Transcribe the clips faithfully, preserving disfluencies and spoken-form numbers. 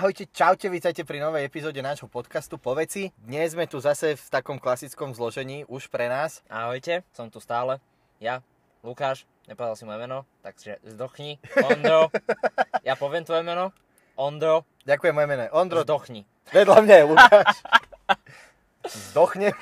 Ahojte, čaute, vítajte pri novej epizóde nášho podcastu Poveci. Dnes sme tu zase v takom klasickom zložení, už pre nás. Ahojte, som tu stále. Ja, Lukáš, nepovedal si moje meno, takže zdochni. Ondro, ja poviem tvoje meno. Ondro. Ďakujem, moje meno je Ondro. Zdochni. Vedľa mňa je Lukáš. Zdochne.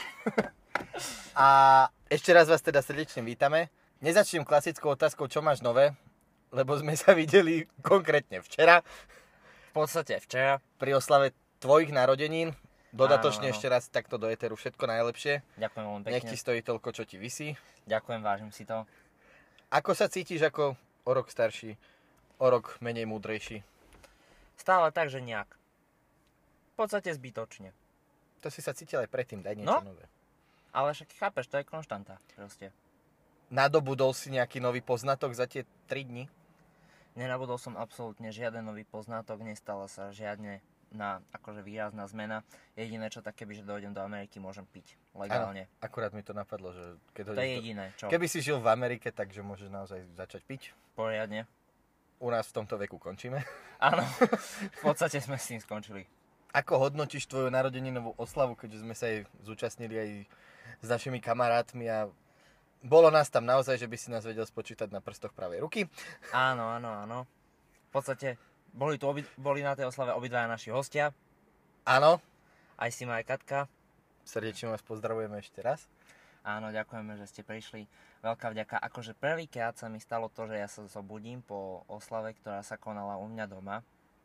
A ešte raz vás teda srdečne vítame. Nezačnem klasickou otázkou, čo máš nové, lebo sme sa videli konkrétne včera. V podstate včera. Pri oslave tvojich narodenín. Dodatočne áno, áno. ešte raz takto do éteru všetko najlepšie. Ďakujem veľmi pekne. Nech ti stojí toľko, čo ti visí. Ďakujem, vážim si to. Ako sa cítiš ako o rok starší, o rok menej múdrejší? Stále tak, že nejak. V podstate zbytočne. To si sa cítil aj predtým, daj niečo No. nové. Ale však chápeš, to je konštanta. Proste. Nadobudol si nejaký nový poznatok za tie tri dni? Nenabudol som absolútne žiaden nový poznatok, nestala sa žiadne na, akože výrazná zmena. Jediné, čo tak, keby že dojdem do Ameriky, môžem piť legálne. Áno, akurát mi to napadlo, že keď To je do... jediné, čo Keby si žil v Amerike, takže môžeš naozaj začať piť. poriadne. U nás v tomto veku končíme. Áno, v podstate sme s tým skončili. Ako hodnotíš tvoju narodeninovú oslavu, keďže sme sa jej zúčastnili aj s našimi kamarátmi a bolo nás tam naozaj, že by si nás vedel spočítať na prstoch pravej ruky. Áno, áno, áno. V podstate boli tu obi, boli na tej oslave obidvaja naši hostia. Áno, Aj Sima, aj Katka. srdečne vás pozdravujeme ešte raz. Áno, ďakujeme, že ste prišli. Veľká vďaka. Akože prvýkrát sa mi stalo to, že ja sa zobudím po oslave, ktorá sa konala u mňa doma.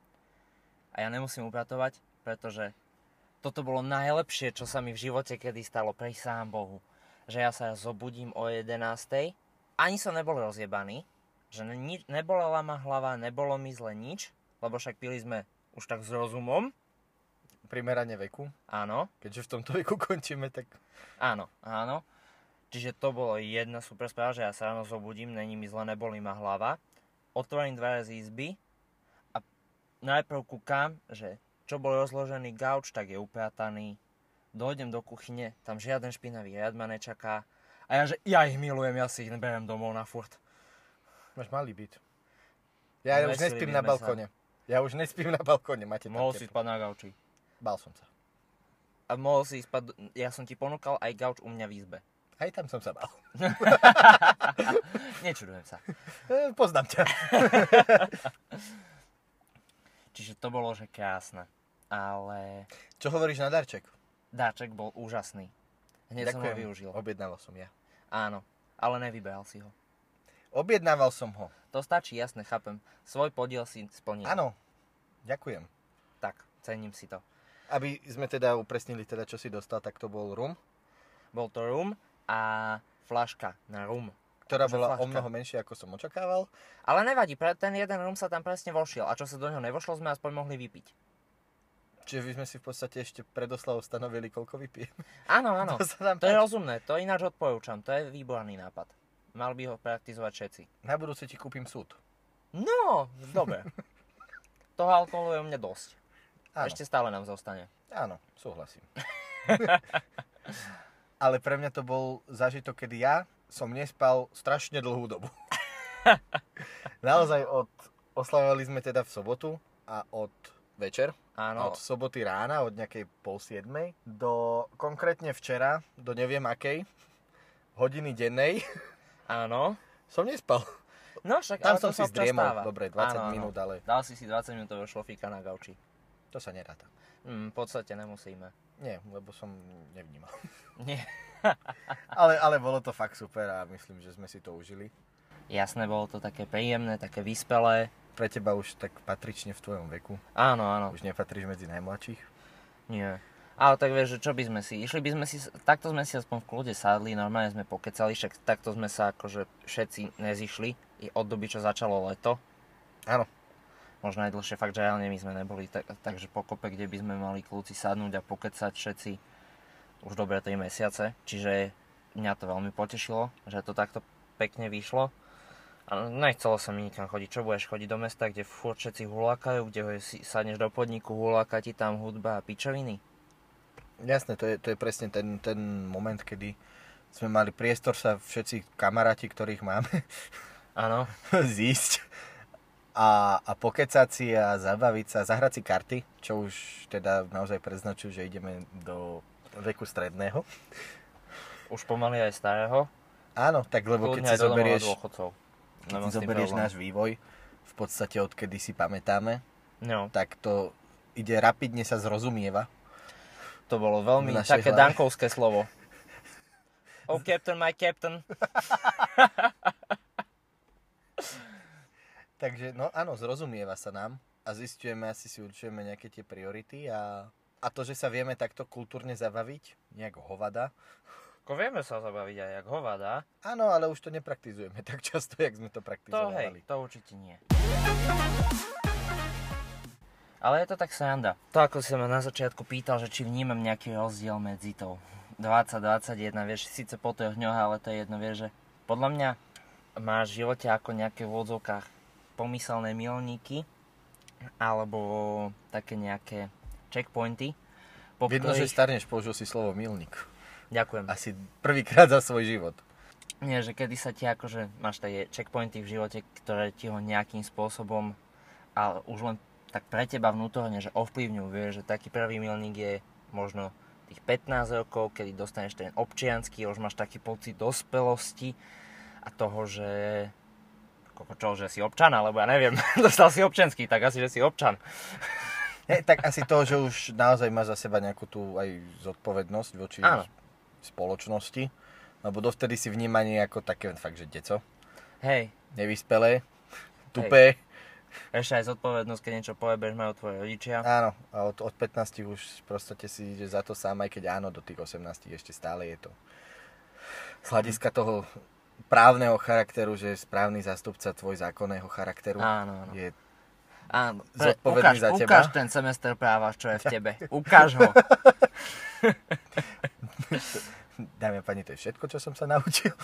A ja nemusím upratovať, pretože toto bolo najlepšie, čo sa mi v živote kedy stalo, prisahám Bohu. Že ja sa zobudím o jedenástej, ani som nebol rozjebaný, že ne, nebolela ma hlava, nebolo mi zle nič, lebo však pili sme už tak s rozumom. Primerane veku. Áno, Keďže v tomto veku končíme, tak... áno, áno. Čiže to bolo jedna super správa, že ja sa ráno zobudím, není mi zle, neboli ma hlava. Otvorím dvere z izby a najprv kúkam, že čo bol rozložený gauč, tak je uprataný. Dojdem do kuchyne, tam žiaden špinavý riad ma nečaká. A ja, že ja ich milujem, ja si ich berem domov na furt. Máš malý byt. Ja už Veseli nespím by na sme sa. balkóne. Ja už nespím na balkóne, máte tam Mohol si teplo. spať na gauči. Bál som sa. A mohol si spať, ja som ti ponúkal aj gauč u mňa v izbe. Aj tam som sa bál. Nečudujem sa. E, Poznám ťa. Čiže to bolo, že krásne. Ale Čo hovoríš na darček? dáček bol úžasný. Hneď som ho Ďakujem. využil. Objednával som ja. Áno, ale nevybral si ho. Objednával som ho. To stačí, jasne, chápem. Svoj podiel si splnil. Áno. Ďakujem. Tak, cením si to. Aby sme teda upresnili, teda, čo si dostal, tak to bol rum, Bol to rum a flaška na rum. ktorá Akože bola flaška. o mnoho menšia, ako som očakával. Ale nevadí, pre ten jeden rum sa tam presne vošiel. A čo sa do neho nevošlo, sme aspoň mohli vypiť. Čiže by sme si v podstate ešte pred oslavou stanovili, koľko vypijeme. Áno, áno. To sa nám To je páči. rozumné, to ináč odporúčam. To je výborný nápad. Mal by ho praktizovať všetci. Na budúce ti kúpim súd. No, dobre. Toho alkoholu je u mňa dosť. Áno, Ešte stále nám zostane. áno, súhlasím. Ale pre mňa to bol zážitok, kedy ja som nespal strašne dlhú dobu. Naozaj od... Oslavovali sme teda v sobotu a od večer, Áno, od soboty rána, od nejakej pol siedmej, do konkrétne včera, do neviem akej, hodiny dennej, áno. som nespal. No však, Tam ale som to si sa zdriemol, prestáva. dobre, dvadsať Áno, áno. minút, ale Dal si si dvadsať minútového šlofíka na gauči. to sa neráta. Hm, v podstate nemusíme. Nie, lebo som nevnímal. Nie. Ale, ale bolo to fakt super a myslím, že sme si to užili. Jasné, bolo to také príjemné, také vyspelé. Pre teba už tak patrične v tvojom veku. Áno, áno. Už nepatríš medzi najmladších. Nie. Ale tak vieš, že čo by sme si, išli by sme si, takto sme si aspoň v kľude sadli, normálne sme pokecali, však takto sme sa akože všetci nezišli i od doby, čo začalo leto. Áno. Možno aj dlhšie, fakt, že reálne my sme neboli, tak, takže po kope, kde by sme mali kľúci sadnúť a pokecať všetci už dobre tri mesiace. Čiže mňa to veľmi potešilo, že to takto pekne vyšlo. A nechcelo sa mi nikam chodiť. Čo budeš chodiť do mesta, kde furt všetci hulákajú, kde si sadneš do podniku, huláka ti tam hudba a pičoviny? Jasné, to je, to je presne ten, ten moment, kedy sme mali priestor sa všetci kamaráti, ktorých máme, Áno. zísť a, a pokecať si a zabaviť sa, zahrať si karty, čo už teda naozaj preznačujú, že ideme do veku stredného. Už pomaly aj starého. Áno, tak lebo keď si zoberieš, keď si zoberieš náš vývoj, v podstate odkedy si pamätáme, no. tak to ide rapidne sa zrozumieva. To bolo veľmi také hlave. Dankovské slovo. Oh, captain, my captain. Takže, no áno, zrozumieva sa nám a zistujeme, asi si určujeme nejaké tie priority a, a to, že sa vieme takto kultúrne zabaviť, nejak hovada. Ako vieme sa zabaviť aj jak hovada. Áno, ale už to nepraktizujeme tak často, jak sme to To hej, praktizovali. to určite nie. Ale je to tak sranda. To, ako si ma na začiatku pýtal, že či vnímam nejaký rozdiel medzi tou dvadsať dvadsaťjeden, vieš, síce po troch dňoch, ale to je jedno, vieš, že podľa mňa máš v živote ako nejaké v odzvukách pomyselné milníky, alebo také nejaké checkpointy. Vidno, ktorých... že starneš, použil si slovo milník. Ďakujem. Asi prvýkrát za svoj život. Nie, že kedy sa ti akože, máš tie checkpointy v živote, ktoré ti ho nejakým spôsobom, ale už len tak pre teba vnútorne, že ovplyvňujú, vieš, že taký prvý milník je možno tých pätnásť rokov, kedy dostaneš ten občiansky, už máš taký pocit dospelosti a toho, že čo, že si občan, alebo ja neviem, dostal si občiansky, tak asi, že si občan. Je, tak asi to, že už naozaj máš za seba nejakú tú aj zodpovednosť voči Áno. spoločnosti, lebo dovtedy si vnímaný ako také fakt, že deco. Hej. Nevyspelé, tupé. Hej. Ešte aj zodpovednosť, keď niečo pojebeš, majú tvoje rodičia. Áno, a od, od pätnástich už proste si ide za to sám, aj keď áno, do tých osemnástich ešte stále je to. Z hľadiska toho právneho charakteru, že správny zástupca tvoj zákonného charakteru áno, áno. je áno. zodpovedný ukáž, za teba. Ukáž ten semester práva, čo je v tebe. Ukáž ho. Dámy a pani, to je všetko, čo som sa naučil.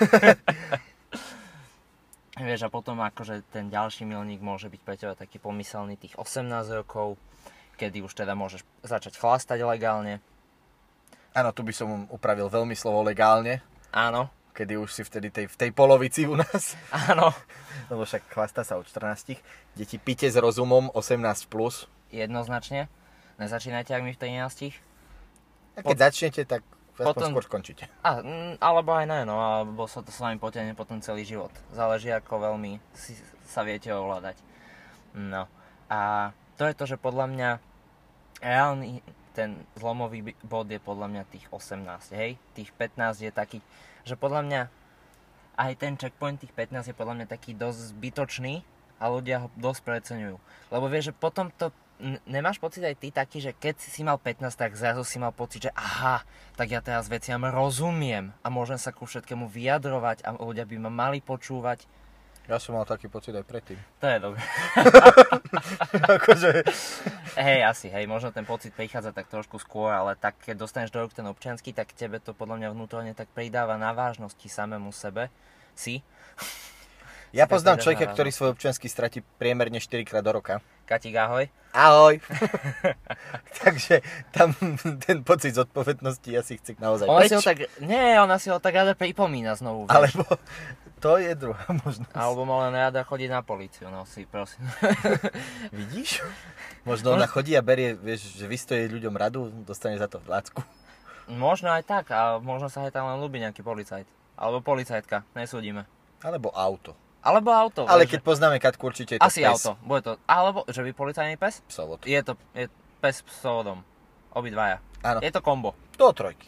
Vieš, a potom akože ten ďalší milník môže byť pre teba taký pomyselný tých osemnásť rokov, kedy už teda môžeš začať chlastať legálne. Áno, tu by som upravil veľmi slovo legálne. Áno. Kedy už si vtedy tej, v tej polovici u nás. Áno. Lebo však chlastá sa od štrnástich. Deti, pite s rozumom, osemnásť plus. Jednoznačne. Nezačínajte, ak my v trinásť. A keď Pot... začnete, tak aspoň skôr skončíte. A, alebo aj ne, no, alebo sa to s vami potiahne potom celý život. Záleží, ako veľmi si, sa viete ovládať. No. A to je to, že podľa mňa reálny ten zlomový bod je podľa mňa tých osemnásť, hej? Tých pätnásť je taký, že podľa mňa aj ten checkpoint tých pätnásť je podľa mňa taký dosť zbytočný a ľudia ho dosť preceňujú. Lebo vieš, že potom to nemáš pocit aj ty taký, že keď si mal pätnásť, tak zrazu si mal pocit, že aha, tak ja teraz veciam rozumiem a môžem sa ku všetkému vyjadrovať a ľudia by ma mali počúvať. Ja som mal taký pocit aj predtým. To je dobré. akože... Hej, asi, hej, možno ten pocit prichádza tak trošku skôr, ale tak keď dostaneš do rúk ten občiansky, tak tebe to podľa mňa vnútorne tak pridáva na vážnosti samému sebe. Si? Ja poznám človeka, ktorý svoj občiansky stratí priemerne štyrikrát do roka. Katík, ahoj. Ahoj. Takže tam ten pocit zodpovednosti asi chce naozaj ona preč. Si ho tak, nie, ona si ho tak rada pripomína znovu. Vieš. Alebo to je druhá možnosť. Alebo ma len rada chodiť na políciu, no si prosím. Vidíš? Možno ona chodí a berie, vieš, že vystojí ľuďom radu, dostane za to vlácku. Možno aj tak, a možno sa aj tam len ľúbi nejaký policajt. Alebo policajtka, nesúdime. Alebo auto. Alebo auto. Ale vieš, keď poznáme Katku, určite je to asi pes. Asi auto, bude to. Alebo, že by policajný pes? Psovod. Je to je pes s psovodom. Obidvaja. Áno. Je to kombo. Do trojky.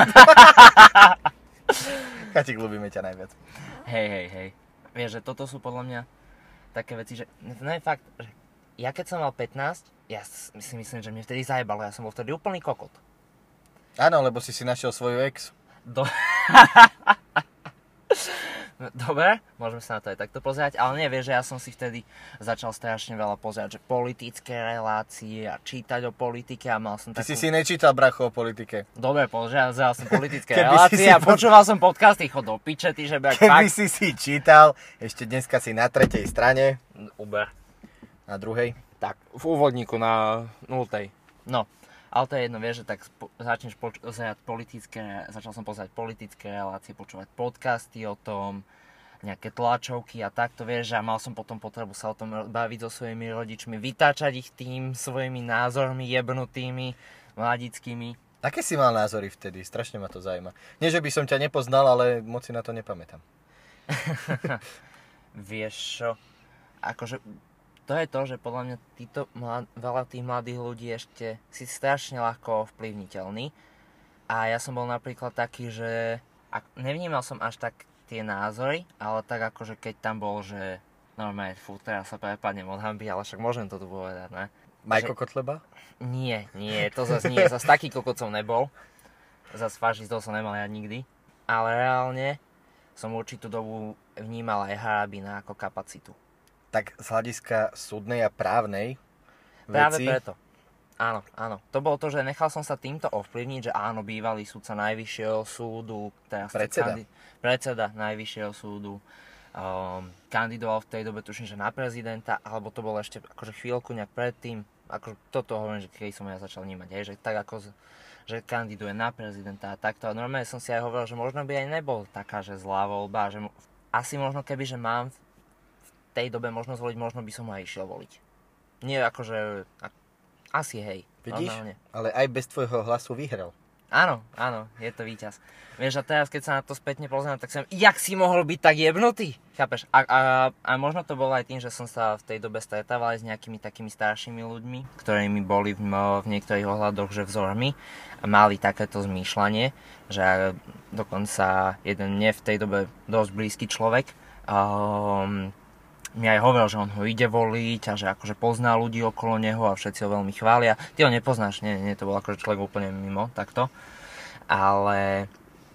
Katik, ľúbime ťa najviac. Hej, hej, hej. Vieš, že toto sú podľa mňa také veci, že no je fakt, že ja keď som mal pätnásť, ja si myslím, že mne vtedy zajebalo, ja som bol vtedy úplný kokot. Áno, lebo si si našiel svoju ex. Do... Dobre, môžeme sa na to aj takto pozerať, ale nie, vieš, že ja som si vtedy začal strašne veľa pozerať, že politické relácie a čítať o politike a mal som Ty takú... si si nečítal, bracho, o politike. Dobre, pozeral som politické relácie a počúval som podcasty, chod do piče, ty, že by... Keby fakt... si si čítal, ešte dneska si na tretej strane. Uber. Na druhej. Tak, v úvodníku na nultej. No. Ale to je jedno, vieš, že tak spo- začneš pozerať politické, začal som pozerať politické relácie, počúvať podcasty o tom, nejaké tlačovky a takto, vieš, a mal som potom potrebu sa o tom baviť so svojimi rodičmi, vytáčať ich tým svojimi názormi jebnutými, mladickými. Aké si mal názory vtedy? Strašne ma to zaujíma. Nie, že by som ťa nepoznal, ale moc si na to nepamätám. Vieš čo, akože to je to, že podľa mňa títo mlad, veľa tých mladých ľudí ešte si strašne ľahko ovplyvniteľný. A ja som bol napríklad taký, že nevnímal som až tak tie názory, ale tak akože keď tam bol, že normálne, fú, teraz sa prepadnem od hanby, ale však môžem to tu povedať, ne? Majko Kotleba? Nie, nie, to zase nie, zase taký kokot som nebol. Zase fašistov som nemal ja nikdy. Ale reálne som určitú dobu vnímal aj Harabina ako kapacitu. Tak z hľadiska súdnej a právnej Práve veci... preto. Áno, áno. To bolo to, že nechal som sa týmto ovplyvniť, že áno, bývalý sudca Najvyššieho súdu, teraz Predseda. Kandi- predseda Najvyššieho súdu, um, kandidoval v tej dobe, tuším, že na prezidenta, alebo to bolo ešte akože chvíľku nejak predtým, ako toto hovorím, že keď som ja začal vnímať, hej, že tak ako, že kandiduje na prezidenta a takto. A normálne som si aj hovoril, že možno by aj nebol taká, že zlá voľba, že asi možno keby, že mám v tej dobe možnosť voliť, možno by som ho aj išiel voliť. Nie akože... Asi hej. Vidíš? Normálne. Ale aj bez tvojho hlasu vyhral. Áno, áno, je to víťaz. Vieš, a teraz keď sa na to spätne pozriem, tak som, jak si mohol byť tak jebnutý? Chápeš? A, a, a možno to bolo aj tým, že som sa v tej dobe stretával aj s nejakými takými staršími ľuďmi, ktorými boli v, v niektorých ohľadoch, že vzormi a mali takéto zmýšľanie, že dokonca jeden mne v tej dobe dosť blízky človek um, mi aj hovoril, že on ho ide voliť a že akože pozná ľudí okolo neho a všetci ho veľmi chvália. Ty ho nepoznáš, nie, nie, to bol akože človek úplne mimo, takto. Ale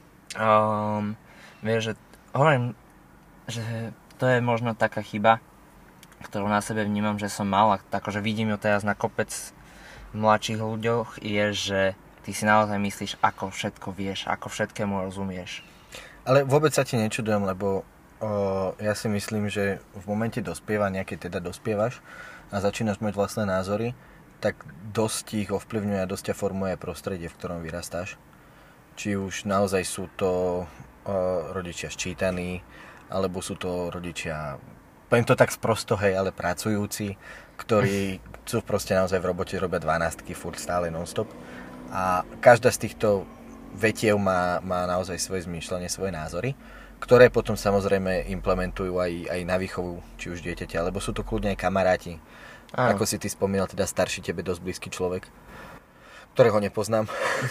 um, vieš, že hovorím, že to je možno taká chyba, ktorú na sebe vnímam, že som mal a akože vidím ju teraz na kopec mladších ľuďoch, je, že ty si naozaj myslíš, ako všetko vieš, ako všetkému rozumieš. Ale vôbec sa ti nečudujem, lebo O, ja si myslím, že v momente dospievania, keď teda dospievaš a začínaš mať vlastné názory, tak dosť ich ovplyvňuje a dosť ťa formuje prostredie, v ktorom vyrastáš. Či už naozaj sú to o, rodičia ščítaní, alebo sú to rodičia, poviem to tak sprosto, hej, ale pracujúci, ktorí sú proste naozaj v robote, robia dvanástky, furt stále non-stop. A každá z týchto vetiev má, má naozaj svoje zmýšľanie, svoje názory, ktoré potom samozrejme implementujú aj, aj na výchovu, či už dieťaťa, alebo sú to kľudne aj kamaráti. Áno. Ako si ty spomínal, teda starší tebe dosť blízky človek, ktorého nepoznám.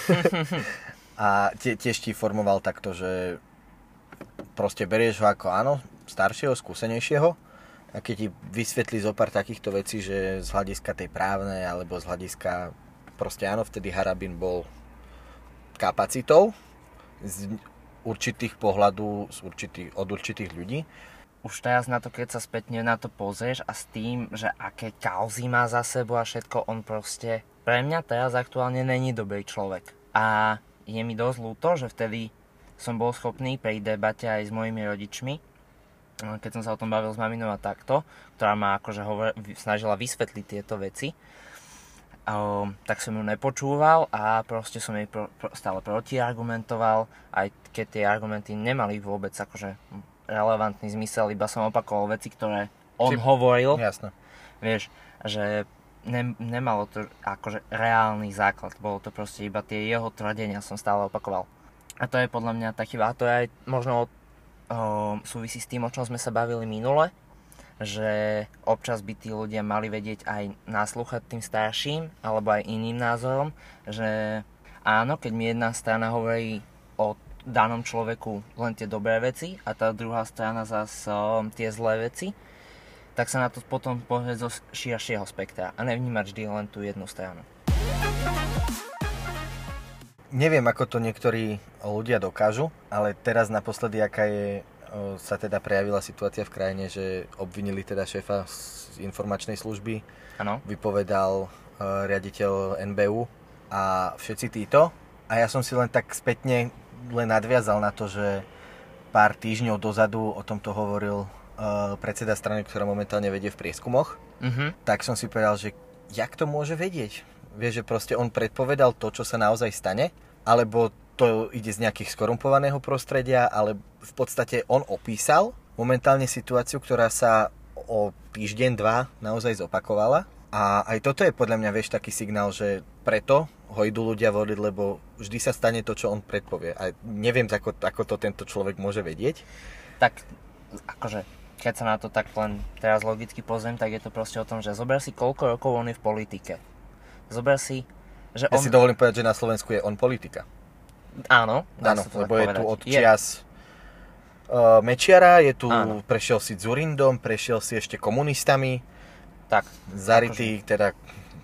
A tie, tiež ti formoval takto, že proste berieš ho ako áno, staršieho, skúsenejšieho a keď ti vysvetlí zo pár takýchto vecí, že z hľadiska tej právnej alebo z hľadiska proste áno, vtedy Harabin bol kapacitou z určitých pohľadu z určitých, od určitých ľudí. Už teraz na to, keď sa spätne na to pozrieš a s tým, že aké kauzy má za sebou a všetko, on proste pre mňa teraz aktuálne není dobrý človek. A je mi dosť ľúto, že vtedy som bol schopný pri debate aj s mojimi rodičmi, keď som sa o tom bavil s maminou a takto, ktorá ma akože hovor, snažila vysvetliť tieto veci, Um, tak som ju nepočúval a proste som jej pro, pro, stále protiargumentoval, aj keď tie argumenty nemali vôbec akože relevantný zmysel, iba som opakoval veci, ktoré on Či... hovoril. Jasné. Vieš, že ne, nemalo to akože reálny základ, bolo to proste iba tie jeho tvrdenia som stále opakoval. A to je podľa mňa tá chyba, a to je aj možno um, súvisí s tým, o čom sme sa bavili minule, že občas by tí ľudia mali vedieť aj naslúchať tým starším alebo aj iným názorom, že áno, keď mi jedna strana hovorí o danom človeku len tie dobré veci a tá druhá strana zase um, tie zlé veci, tak sa na to potom pozrieť zo širšieho spektra a nevnímať vždy len tú jednu stranu. Neviem, ako to niektorí ľudia dokážu, ale teraz naposledy, aká je sa teda prejavila situácia v krajine, že obvinili teda šéfa z informačnej služby, ano. Vypovedal uh, riaditeľ en bé ú a všetci títo. A ja som si len tak spätne len nadviazal na to, že pár týždňov dozadu o tomto hovoril uh, predseda strany, ktorá momentálne vedie v prieskumoch. Uh-huh. Tak som si povedal, že jak to môže vedieť? Vieš, že proste on predpovedal to, čo sa naozaj stane, alebo to ide z nejakých skorumpovaného prostredia, ale v podstate on opísal momentálne situáciu, ktorá sa o týždeň, dva naozaj zopakovala. A aj toto je podľa mňa, vieš, taký signál, že preto ho idú ľudia voliť, lebo vždy sa stane to, čo on predpovie. A neviem, ako, ako to tento človek môže vedieť. Tak, akože, keď sa na to tak len teraz logicky pozriem, tak je to proste o tom, že zober si, koľko rokov on je v politike. Zober si, že ja on... si dovolím povedať, že na Slovensku je on politika. Áno, dá Áno, sa to lebo tak je povedať. tu od čias uh, Mečiara, je tu, Áno. prešiel si Dzurindom, prešiel si ešte komunistami, Tak, zarytý akože... teda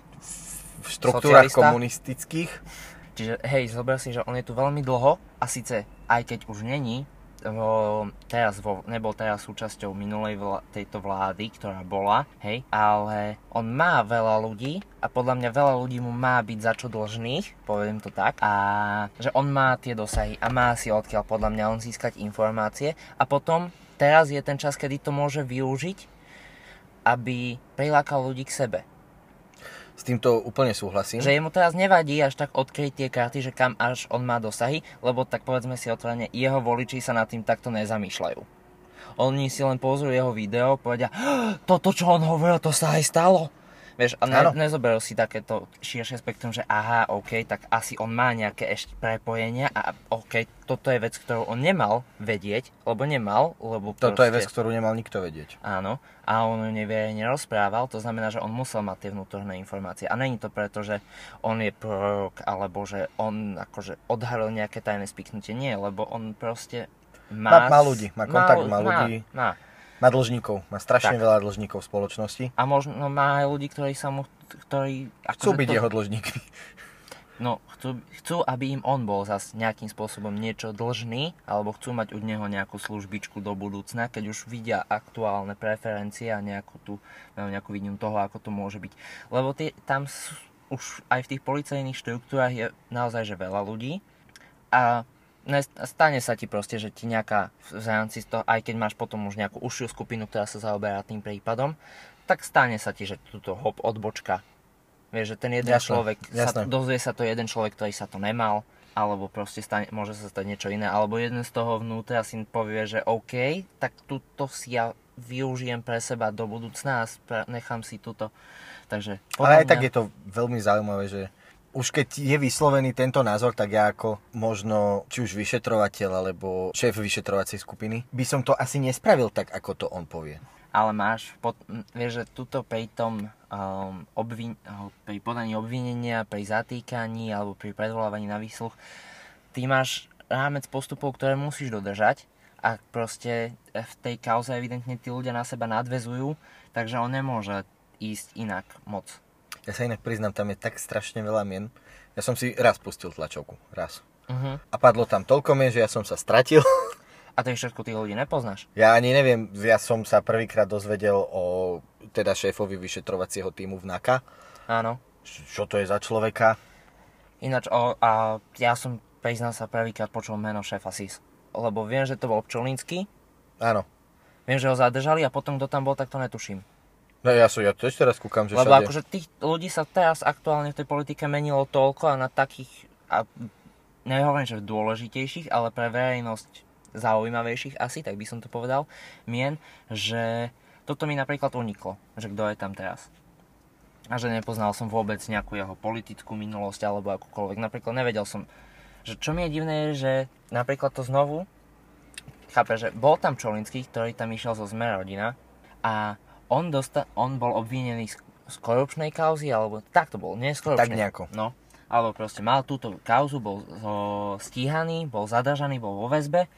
v štruktúrach Socialista. komunistických. Čiže hej, zober si, že on je tu veľmi dlho a síce aj keď už není, vo, teraz vo, nebol teraz súčasťou minulej vla, tejto vlády, ktorá bola, hej, ale on má veľa ľudí a podľa mňa veľa ľudí mu má byť za čo dlžných, poviem to tak, a že on má tie dosahy a má si odkiaľ podľa mňa on získať informácie a potom teraz je ten čas, kedy to môže využiť, aby prilákal ľudí k sebe. S týmto úplne súhlasím. Že jemu teraz nevadí až tak odkryť tie karty, že kam až on má dosahy, lebo tak povedzme si otvorene, jeho voliči sa nad tým takto nezamýšľajú. Oni si len pozrú jeho video, povedia, toto čo on hovoril, to sa aj stalo. Vieš, a ne, nezoberú si takéto širšie spektrum, že aha, OK, tak asi on má nejaké ešte prepojenia a OK, toto je vec, ktorú on nemal vedieť, lebo nemal, lebo Toto proste... je vec, ktorú nemal nikto vedieť. Áno, a on ju neverejne rozprával, to znamená, že on musel mať tie vnútorné informácie. A není to preto, že on je prorok, alebo že on akože odhalil nejaké tajné spiknutie. Nie, lebo on proste má... Má, má ľudí, má kontakt, má, má ľudí. Má, má. Má dlžníkov, má strašne Tak. veľa dlžníkov v spoločnosti. A možno má aj ľudí, ktorí sa mu... Ktorí, Chcú byť to, jeho dlžníkmi. No, chcú, chcú, aby im on bol zas nejakým spôsobom niečo dlžný, alebo chcú mať od neho nejakú službičku do budúcna, keď už vidia aktuálne preferencie a nejakú, tú, nejakú vidinu toho, ako to môže byť. Lebo tie, tam sú, už aj v tých policajných štruktúrach je naozaj že veľa ľudí a stane sa ti proste, že ti nejaká v rámci toho, aj keď máš potom už nejakú užšiu skupinu, ktorá sa zaoberá tým prípadom, tak stane sa ti, že túto hop odbočka. Vieš, že ten jeden jasné, človek, sa, jasné. dozvie sa to jeden človek, ktorý sa to nemal, alebo proste stane, môže sa stať niečo iné, alebo jeden z toho vnútra si povie, že OK, tak túto si ja využijem pre seba do budúcna a spra- nechám si túto. Takže, Ale aj mňa... tak je to veľmi zaujímavé, že už keď je vyslovený tento názor, tak ja ako možno, či už vyšetrovateľ, alebo šéf vyšetrovacej skupiny, by som to asi nespravil tak, ako to on povie. Ale máš, pod, vieš, že tuto pri tom um, obvin, pri podaní obvinenia, pri zatýkaní alebo pri predvolávaní na výsluch, ty máš rámec postupov, ktoré musíš dodržať a proste v tej kauze evidentne tí ľudia na seba nadväzujú, takže on nemôže ísť inak moc. Ja sa inak priznám, tam je tak strašne veľa mien. Ja som si raz pustil tlačovku, raz. Uh-huh. A padlo tam toľko mien, že ja som sa stratil. A ty všetko tých ľudí nepoznáš? Ja ani neviem, ja som sa prvýkrát dozvedel o teda šéfovi vyšetrovacieho týmu v NAKA. Áno. Čo to je za človeka? Ináč, o, a ja som, priznám sa, prvýkrát počul meno šéfa es í es. Lebo viem, že to bol Pčolínsky. Áno. Viem, že ho zadržali a potom kto tam bol, tak to netuším. No ja, som, ja to ešte raz kúkam, že Lebo všade... akože tých ľudí sa teraz aktuálne v tej politike menilo toľko a na takých, a nehovorím, že dôležitejších, ale pre verejnosť zaujímavejších asi, tak by som to povedal, mien, že toto mi napríklad uniklo, že kto je tam teraz. A že nepoznal som vôbec nejakú jeho politickú minulosť alebo akúkoľvek. Napríklad nevedel som, že čo mi je divné je, že napríklad to znovu, chápe, že bol tam Čolinský, ktorý tam išiel zo Sme rodina a on, dosta- on bol obvinený z, z korupčnej kauzy, alebo tak to bol, nie z korupčnej. Tak nejako. No, alebo proste mal túto kauzu, bol zo, stíhaný, bol zadržaný, bol vo väzbe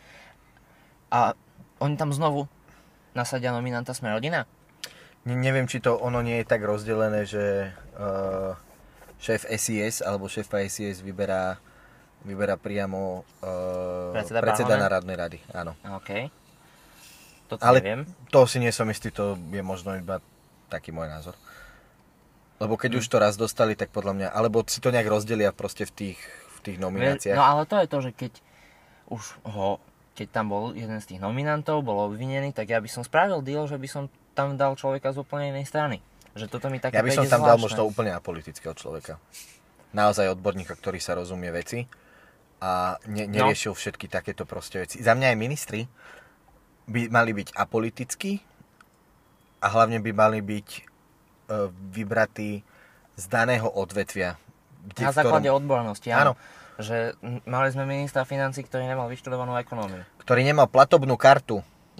a oni tam znovu nasadia nominanta Sme rodina. Ne, neviem, či to ono nie je tak rozdelené, že uh, šéf es í es alebo šéfa es í es vyberá, vyberá priamo uh, Predseda predseda Barhona? Národnej rady. Áno. OK. Toto Ale neviem. to si nie som istý, to je možno iba taký môj názor. Lebo keď Hmm. už to raz dostali, tak podľa mňa, alebo si to nejak rozdelia proste v tých, v tých nomináciách. No ale to je to, že keď už ho, keď tam bol jeden z tých nominantov, bol obvinený, tak ja by som spravil deal, že by som tam dal človeka z úplne inej strany. Že toto mi také Ja by som príde tam dal zvláštne. možno úplne apolitického človeka. Naozaj odborníka, ktorý sa rozumie veci a ne, neriešil no. všetky takéto proste veci. Za mňa aj ministri, by mali byť apolitickí a hlavne by mali byť e, vybratí z daného odvetvia. Kde, na základe ktorom... odbornosti, áno. áno. Že mali sme ministra financí, ktorý nemal vyštudovanú ekonómiu. Ktorý nemal platobnú kartu.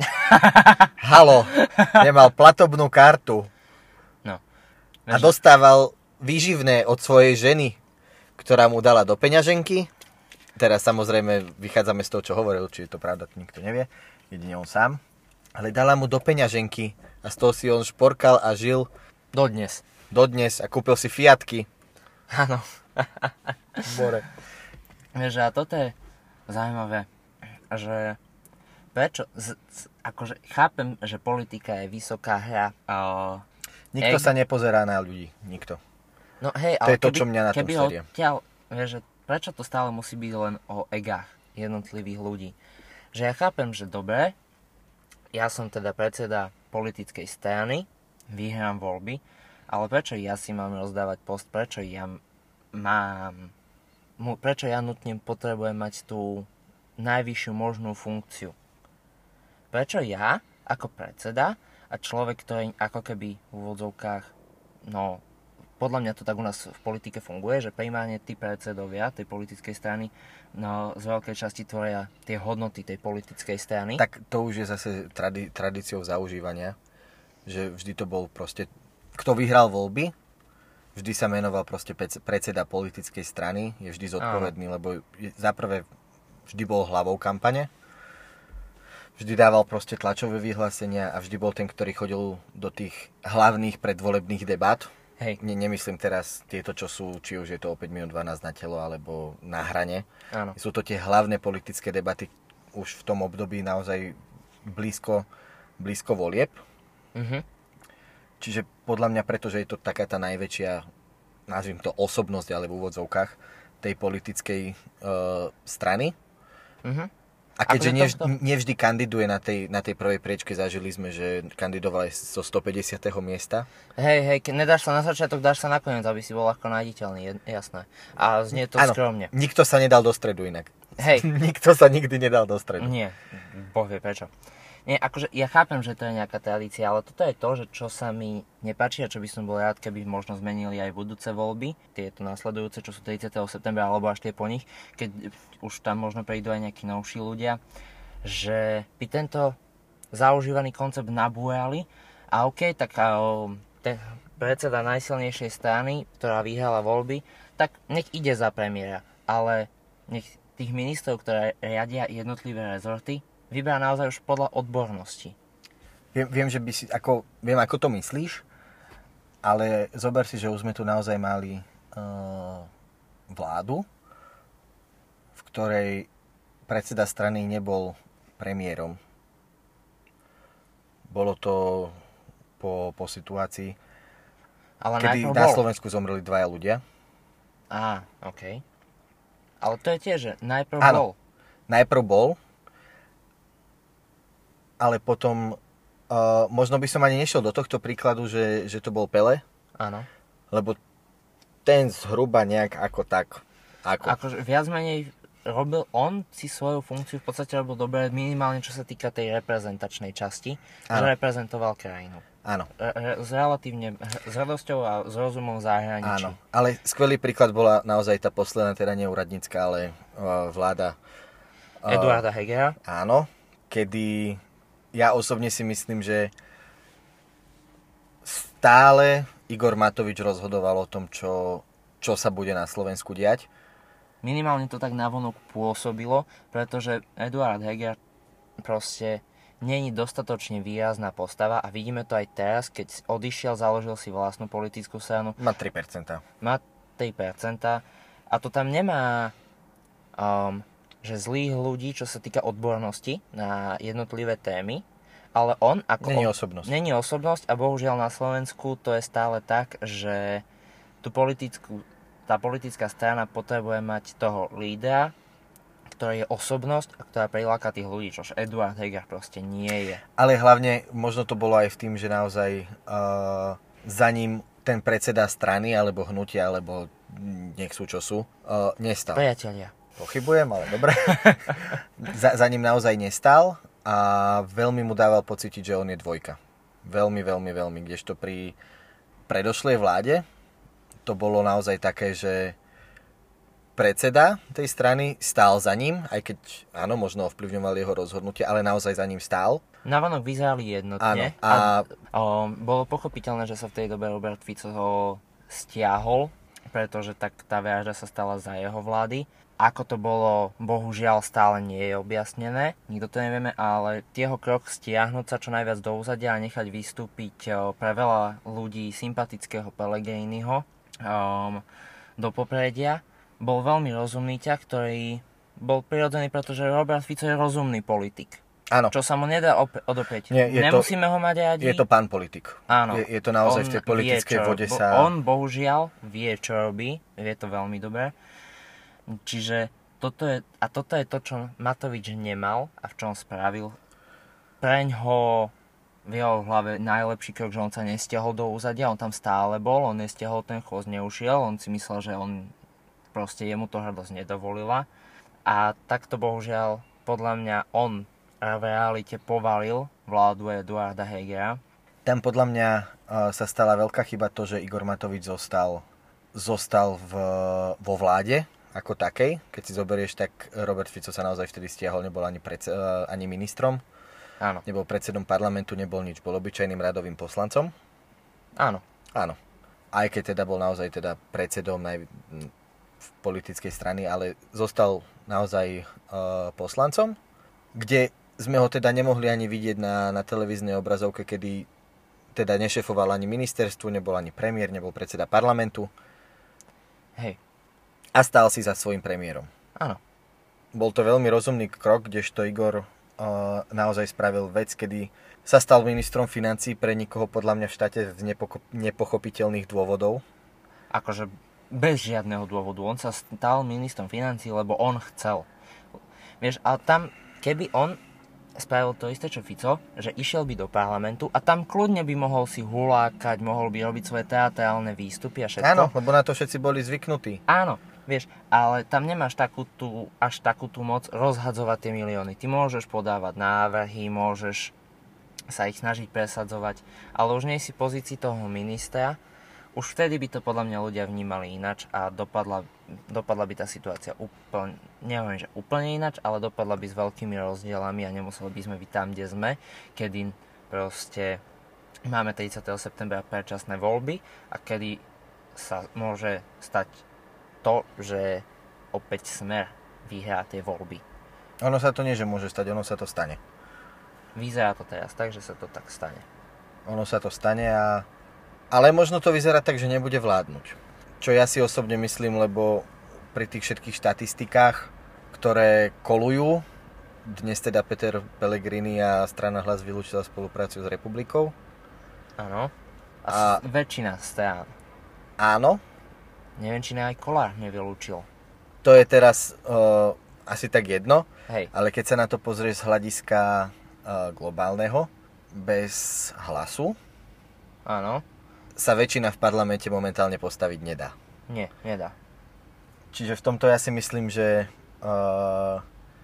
Halo, nemal platobnú kartu. No. A dostával výživné od svojej ženy, ktorá mu dala do peňaženky. Teraz samozrejme vychádzame z toho, čo hovoril, či je to pravda, to nikto nevie. Jedine on sám. Ale dala mu do peňaženky a z toho si on šporkal a žil. Dodnes. Dodnes a kúpil si Fiatky. Áno. More. Vieš, a toto je zaujímavé, že prečo, z, z, akože chápem, že politika je vysoká hra. Uh, Nikto eg... sa nepozerá na ľudí, nikto. No hej, to je to, keby, čo mňa na tom keby serie. Odtiaľ, vieš, že prečo to stále musí byť len o egách jednotlivých ľudí? Že ja chápem, že dobre, ja som teda predseda politickej strany, vyhrám voľby, ale prečo ja si mám rozdávať post, prečo ja mám... Prečo ja nutne potrebujem mať tú najvyššiu možnú funkciu? Prečo ja, ako predseda a človek, ktorý ako keby v úvodzovkách, no, podľa mňa to tak u nás v politike funguje, že primárne tí predsedovia tej politickej strany, no, z veľkej časti tvoria tie hodnoty tej politickej strany. Tak to už je zase tradi- tradíciou zaužívania, že vždy to bol proste, kto vyhral voľby, vždy sa menoval proste predseda politickej strany, je vždy zodpovedný, Áno. lebo je, zaprvé vždy bol hlavou kampane, vždy dával proste tlačové vyhlásenia a vždy bol ten, ktorý chodil do tých hlavných predvolebných debát. Hej. Ne, nemyslím teraz tieto, čo sú, či už je to o päť minút dvanásť na telo, alebo na hrane. Áno. Sú to tie hlavné politické debaty už v tom období naozaj blízko, blízko volieb. Mhm. Čiže podľa mňa, pretože je to taká tá najväčšia, nazvím to osobnosť, ale v úvodzovkách, tej politickej uh, strany. Uh-huh. A keďže nevždy, to... nevždy kandiduje na tej, na tej prvej priečke, zažili sme, že kandidoval aj zo stopäťdesiateho miesta. Hej, hej, keď nedáš sa na začiatok, dáš sa nakoniec, aby si bol ako nájditeľný, jasné. A znie to ano, skromne. Nikto sa nedal do stredu inak. Hej. Nikto sa nikdy nedal do stredu. Nie, Boh vie prečo. Nie, akože ja chápem, že to je nejaká tradícia, ale toto je to, že čo sa mi nepáči a čo by som bol rád, keby možno zmenili aj budúce voľby, tieto nasledujúce, čo sú tridsiateho septembra alebo až tie po nich, keď už tam možno prídu aj nejakí novší ľudia, že by tento zaužívaný koncept nabúrali a okej, okay, tak ten predseda najsilnejšej strany, ktorá vyhrala voľby, tak nech ide za premiéra, ale nech tých ministrov, ktoré riadia jednotlivé rezorty, vyberá naozaj už podľa odbornosti. Viem, viem, že by si, ako, viem, ako to myslíš, ale zober si, že už sme tu naozaj mali uh, vládu, v ktorej predseda strany nebol premiérom. Bolo to po, po situácii, ale kedy na bol. Slovensku zomreli dvaja ľudia. Á, okej. Okay. Ale to je tiež, že najprv Áno, bol. Najprv bol, ale potom uh, možno by som ani nešiel do tohto príkladu, že, že to bol Pele. Áno. Lebo ten zhruba nejak ako tak. Ako. Akože viac menej robil on si svoju funkciu, v podstate robil dobre, minimálne čo sa týka tej reprezentačnej časti, Áno. že reprezentoval krajinu. Áno. Re, s relatívne, s radosťou a s rozumom v zahraničí. Áno, ale skvelý príklad bola naozaj tá posledná, teda neúradnícka, ale uh, vláda uh, Eduarda Hegera. Áno, kedy ja osobne si myslím, že stále Igor Matovič rozhodoval o tom, čo, čo sa bude na Slovensku diať. Minimálne to tak navonok pôsobilo, pretože Eduard Heger proste není dostatočne výrazná postava a vidíme to aj teraz, keď odišiel, založil si vlastnú politickú stranu. Má tri percentá. Má tri percentá a to tam nemá um, že zlých ľudí, čo sa týka odbornosti na jednotlivé témy, ale on ako... Není osobnosť. Není osobnosť a bohužiaľ na Slovensku to je stále tak, že tú politickú, tá politická strana potrebuje mať toho lídra, ktorá je osobnosť a ktorá priláka tých ľudí, čož Eduard Heger proste nie je. Ale hlavne možno to bolo aj v tým, že naozaj uh, za ním ten predseda strany, alebo hnutia, alebo nech sú čo sú, uh, nestal. Priatelia. Pochybujem, ale dobre. za, za ním naozaj nestal a veľmi mu dával pocítiť, že on je dvojka. Veľmi, veľmi, veľmi. Kdežto pri predošlej vláde to bolo naozaj také, že predseda tej strany stál za ním, aj keď áno, možno ovplyvňoval jeho rozhodnutie, ale naozaj za ním stál. Navonok vyzerali jednotne. Áno, a... a o, bolo pochopiteľné, že sa v tej dobe Robert Fico ho stiahol, pretože tak tá vražda sa stala za jeho vlády. Ako to bolo, bohužiaľ stále nie je objasnené, nikto to nevieme, ale jeho krok stiahnuť sa čo najviac do úzadia a nechať vystúpiť o, pre veľa ľudí sympatického Pellegriniho um, do popredia, bol veľmi rozumný ťah, ktorý bol prirodzený, pretože Robert Fico je rozumný politik. Áno. Čo sa mu nedá op- odoprieť. Nie, Nemusíme to, ho mať radi. Je to pán politik. Áno. Je, je to naozaj v tej politickej vie, čo, vode sa... On bohužiaľ vie, čo robí. Vie to veľmi dobre. Čiže toto je, a toto je to, čo Matovič nemal a v čom spravil. Preň ho v jeho hlave najlepší krok, že on sa nestiahol do úzadia, on tam stále bol, on nestiahol ten chvost, neušiel, on si myslel, že on proste jemu to hrdosť nedovolila. A takto bohužiaľ podľa mňa on v realite povalil vládu Eduarda Hegera. Tam podľa mňa uh, sa stala veľká chyba to, že Igor Matovič zostal, zostal v, vo vláde ako takej. Keď si zoberieš, tak Robert Fico sa naozaj vtedy stiahol, nebol ani, predse, uh, ani ministrom. Áno. Nebol predsedom parlamentu, nebol nič, bol obyčajným radovým poslancom. Áno. Áno. Aj keď teda bol naozaj teda predsedom naj, v politickej strany, ale zostal naozaj uh, poslancom, kde sme ho teda nemohli ani vidieť na, na televíznej obrazovke, kedy teda nešefoval ani ministerstvu, nebol ani premiér, nebol predseda parlamentu. Hej. A stál si za svojím premiérom. Áno. Bol to veľmi rozumný krok, kdežto Igor uh, naozaj spravil vec, kedy sa stal ministrom financií pre nikoho podľa mňa v štáte z nepoko- nepochopiteľných dôvodov. Akože bez žiadneho dôvodu. On sa stal ministrom financií, lebo on chcel. Vieš, ale tam, keby on spravil to isté, čo Fico, že išiel by do parlamentu a tam kľudne by mohol si hulákať, mohol by robiť svoje teatrálne výstupy a všetko. Áno, lebo na to všetci boli zvyknutí. Áno, vieš, ale tam nemáš takú tú, až takú tú moc rozhadzovať tie milióny. Ty môžeš podávať návrhy, môžeš sa ich snažiť presadzovať, ale už nie si v pozícii toho ministra. Už vtedy by to podľa mňa ľudia vnímali inač a dopadla, dopadla by tá situácia úplne, neviem, že úplne inač, ale dopadla by s veľkými rozdielami a nemuseli by sme byť tam, kde sme, kedy proste máme tridsiateho septembra predčasné voľby a kedy sa môže stať to, že opäť Smer vyhrá tie voľby. Ono sa to nie, že môže stať, ono sa to stane. Vyzerá to teraz tak, že sa to tak stane. Ono sa to stane a... Ale možno to vyzerá tak, že nebude vládnuť. Čo ja si osobne myslím, lebo pri tých všetkých štatistikách, ktoré kolujú, dnes teda Peter Pellegrini a strana Hlas vylúčila spoluprácu s Republikou. Áno. A, a väčšina strán. Áno. Neviem, či aj Kollár nevylúčil. To je teraz uh, asi tak jedno. Hej. Ale keď sa na to pozrieš z hľadiska uh, globálneho, bez Hlasu, áno, sa väčšina v parlamente momentálne postaviť nedá. Nie, nedá. Čiže v tomto ja si myslím, že uh,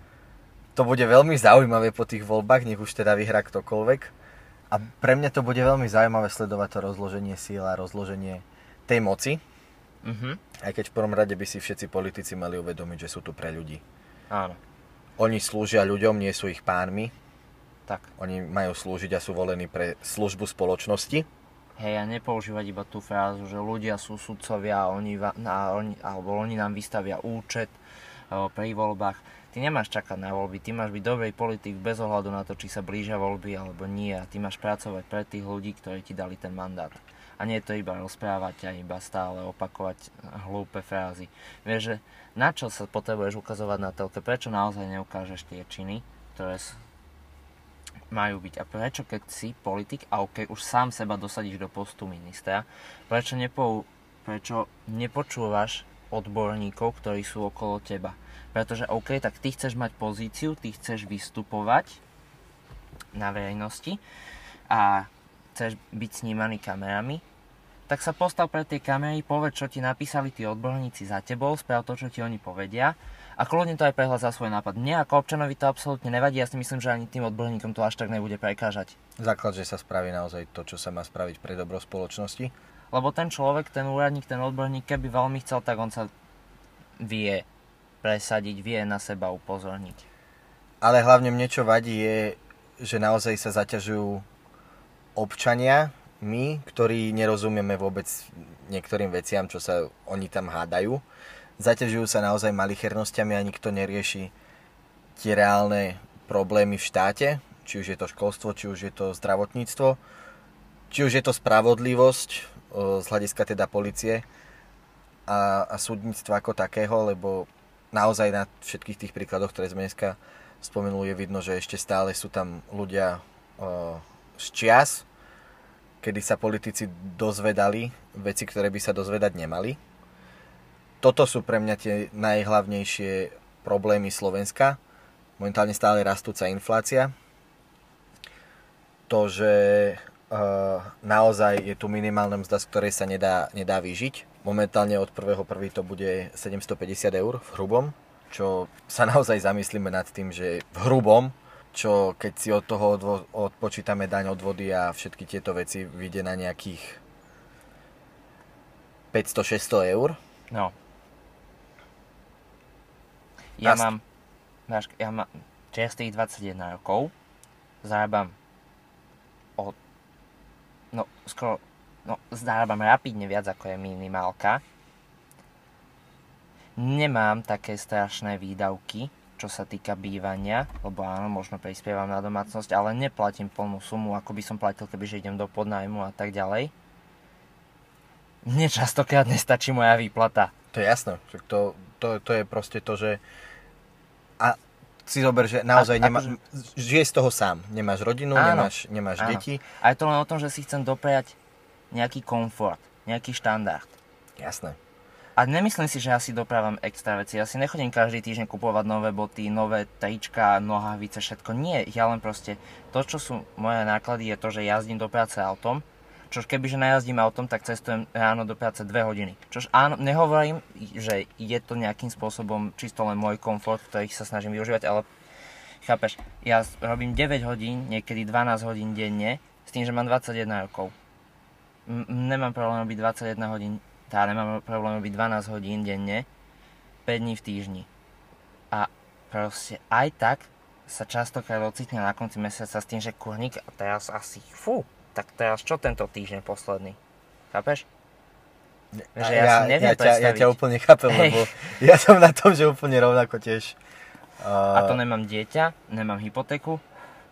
to bude veľmi zaujímavé po tých voľbách, nech už teda vyhrá ktokoľvek. A pre mňa to bude veľmi zaujímavé sledovať to rozloženie síl a rozloženie tej moci. Uh-huh. Aj keď v prvom rade by si všetci politici mali uvedomiť, že sú tu pre ľudí. Áno. Oni slúžia ľuďom, nie sú ich pánmi. Tak. Oni majú slúžiť a sú volení pre službu spoločnosti. Hej, a nepoužívať iba tú frázu, že ľudia sú sudcovia a oni, a oni, alebo oni nám vystavia účet o, pri voľbách. Ty nemáš čakať na voľby, ty máš byť dobrý politik bez ohľadu na to, či sa blížia voľby alebo nie. A ty máš pracovať pre tých ľudí, ktorí ti dali ten mandát. A nie je to iba rozprávať a iba stále opakovať hlúpe frázy. Vieš, že na čo sa potrebuješ ukazovať na telke? Prečo naozaj neukážeš tie činy, ktoré majú byť? A prečo, keď si politik a ok, už sám seba dosadíš do postu ministra, prečo, nepo, prečo nepočúvaš odborníkov, ktorí sú okolo teba? Pretože ok, tak ty chceš mať pozíciu, ty chceš vystupovať na verejnosti a chceš byť snímaný kamerami, tak sa postav pred tie kamery, povedz, čo ti napísali tí odborníci za tebou, sprav to, čo ti oni povedia a kľudne to aj prehľad za svoj nápad. Mne ako občanovi to absolútne nevadí, ja si myslím, že ani tým odborníkom to až tak nebude prekážať. Základ, že sa spraví naozaj to, čo sa má spraviť pre dobro spoločnosti. Lebo ten človek, ten úradník, ten odborník, keby veľmi chcel, tak on sa vie presadiť, vie na seba upozorniť. Ale hlavne mne čo vadí je, že naozaj sa zaťažujú občania, my, ktorí nerozumieme vôbec niektorým veciam, čo sa oni tam hádajú. Zaťažujú sa naozaj malichernosťami a nikto nerieši tie reálne problémy v štáte, či už je to školstvo, či už je to zdravotníctvo, či už je to spravodlivosť z hľadiska teda polície a, a súdnictva ako takého, lebo naozaj na všetkých tých príkladoch, ktoré sme dneska spomenuli, je vidno, že ešte stále sú tam ľudia uh, z čias, kedy sa politici dozvedali veci, ktoré by sa dozvedať nemali. Toto sú pre mňa tie najhlavnejšie problémy Slovenska. Momentálne stále rastúca inflácia. To, že uh, naozaj je tu minimálna mzda, z ktorej sa nedá, nedá vyžiť. Momentálne od prvého prvého to bude sedemstopäťdesiat eur v hrubom, čo sa naozaj zamyslíme nad tým, že v hrubom, čo keď si od toho odvo- odpočítame daň od vody a všetky tieto veci, vyjde na nejakých päťsto šesťsto eur. No. Ja Ast- mám, máš, ja mám čerstvých dvadsaťjeden rokov, zarábam o, no skoro, no zarábam rapidne viac ako je minimálka. Nemám také strašné výdavky, čo sa týka bývania, lebo áno, možno prispievam na domácnosť, ale neplatím plnú sumu, ako by som platil, kebyže idem do podnájmu a tak ďalej. Mne častokrát nestačí moja výplata. To je jasné, to, to, to je proste to, že a si zober, že naozaj A- nemá, akože- žije z toho sám, nemáš rodinu, Áno, nemáš, nemáš áno. deti. A je to len o tom, že si chcem dopriať nejaký komfort, nejaký štandard. Jasné. A nemyslím si, že ja si dopravám extra veci. Ja si nechodím každý týždeň kupovať nové boty, nové trička, nohavice, všetko. Nie, ja len proste, to, čo sú moje náklady, je to, že jazdím do práce autom. Čož kebyže najazdím autom, tak cestujem ráno do práce dve hodiny. Čož áno, nehovorím, že je to nejakým spôsobom čisto len môj komfort, ktorý sa snažím využívať, ale chápeš, ja robím deväť hodín, niekedy dvanásť hodín denne, s tým, že mám dvadsaťjeden rokov. M- nemám problém robiť dvadsaťjeden hodín, tá nemám problém robiť dvanásť hodín denne, päť dní v týždni. A proste aj tak sa častokrát ocitne na konci mesiaca s tým, že kurník, a teraz asi, fú, tak teraz čo tento týždeň posledný? Chápeš? Že ja, ja, si neviem ja, ťa, ja predstaviť. ťa úplne chápem, Hej. lebo ja som na tom, že úplne rovnako tiež. A to nemám dieťa, nemám hypotéku.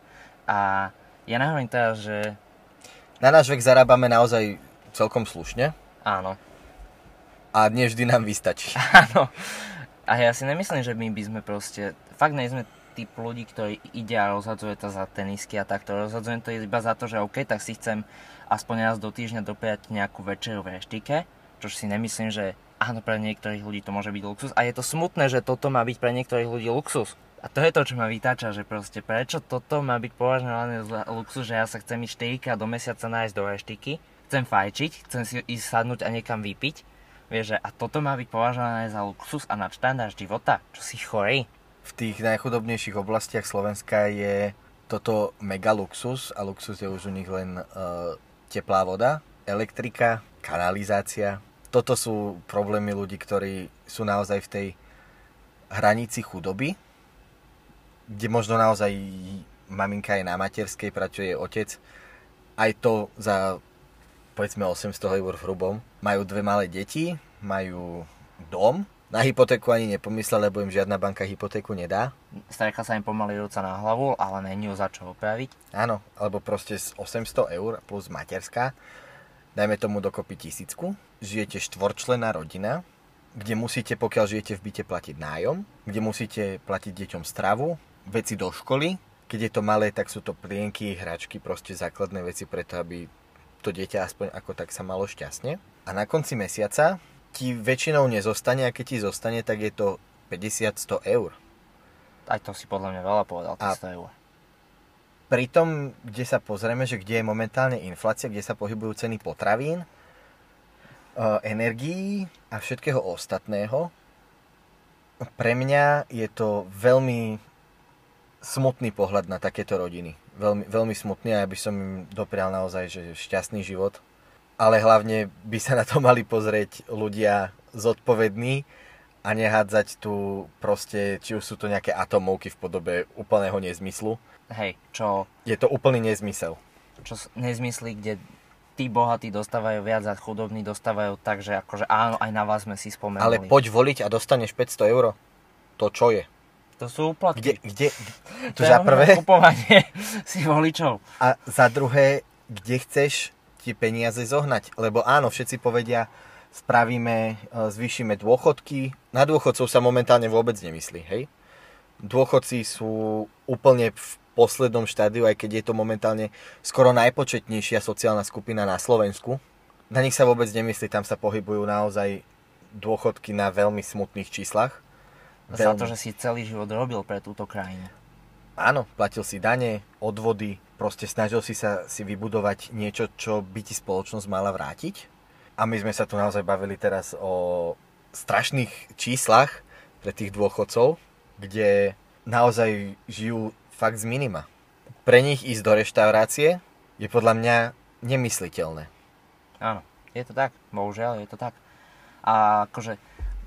A ja nehovorím teraz, že Na náš vek zarábame naozaj celkom slušne áno. a nie vždy nám vystačí. Áno. A ja si nemyslím, že my by sme proste, fakt nie sme typ ľudí, ktorý ide a rozhadzuje to za tenisky a takto. Rozhadzujem to iba za to, že OK, tak si chcem aspoň raz do týždňa dopriať nejakú večeru v reštike, čož si nemyslím, že áno, pre niektorých ľudí to môže byť luxus. A je to smutné, že toto má byť pre niektorých ľudí luxus. A to je to, čo ma vytáča, že proste prečo toto má byť považované za luxus, že ja sa chcem ísť štyrikrát do mesiaca nájsť do reštiky, chcem fajčiť, chcem si ísť sadnúť a niekam vypiť. Vieš, že a toto má byť považované za luxus a nadštandard života? Čo si chorý? V tých najchudobnejších oblastiach Slovenska je toto mega luxus a luxus je už u nich len uh, teplá voda, elektrika, kanalizácia. Toto sú problémy ľudí, ktorí sú naozaj v tej hranici chudoby, kde možno naozaj maminka je na materskej, pracuje otec. Aj to za povedzme osemsto eur v hrubom. Majú dve malé deti, majú dom. Na hypotéku ani nepomyslel, lebo im žiadna banka hypotéku nedá. Strecha sa im pomaly ruca na hlavu, ale není ju za čo opraviť. Áno, alebo proste z osemsto eur plus materská, dajme tomu dokopy tisícku. Žijete štvorčlenná rodina, kde musíte, pokiaľ žijete v byte, platiť nájom, kde musíte platiť deťom stravu, veci do školy. Keď je to malé, tak sú to plienky, hračky, proste základné veci preto, aby to dieťa aspoň ako tak sa malo šťastne. A na konci mesiaca ti väčšinou nezostane, a keď ti zostane, tak je to päťdesiat až sto eur. Aj to si podľa mňa veľa povedal, A- sto eur. Pri tom, kde sa pozrieme, že kde je momentálne inflácia, kde sa pohybujú ceny potravín, energií a všetkého ostatného. Pre mňa je to veľmi smutný pohľad na takéto rodiny. Veľmi, veľmi smutný a ja by som im doprial naozaj že šťastný život. Ale hlavne by sa na to mali pozrieť ľudia zodpovední a nehádzať tu proste, či už sú to nejaké atomovky v podobe úplného nezmyslu. Hej, čo... Je to úplný nezmysel. Čo nezmysly, kde tí bohatí dostávajú viac a chudobní dostávajú tak, že akože áno, aj na vás sme si spomenuli. Ale poď voliť a dostaneš päťsto eur. To čo je? To sú úplatky. Kde, kde? To za prvé. Kupovanie si voličov. A za druhé, kde chceš tie peniaze zohnať? Lebo áno, všetci povedia, spravíme, zvýšime dôchodky. Na dôchodcov sa momentálne vôbec nemyslí, hej? Dôchodci sú úplne v poslednom štádiu, aj keď je to momentálne skoro najpočetnejšia sociálna skupina na Slovensku. Na nich sa vôbec nemyslí, tam sa pohybujú naozaj dôchodky na veľmi smutných číslach. Za to, že si celý život robil pre túto krajinu. Áno, platil si dane, odvody, proste snažil si sa si vybudovať niečo, čo by ti spoločnosť mala vrátiť. A my sme sa tu naozaj bavili teraz o strašných číslach pre tých dôchodcov, kde naozaj žijú fakt z minima. Pre nich ísť do reštaurácie je podľa mňa nemysliteľné. Áno, je to tak, bohužiaľ je to tak. A akože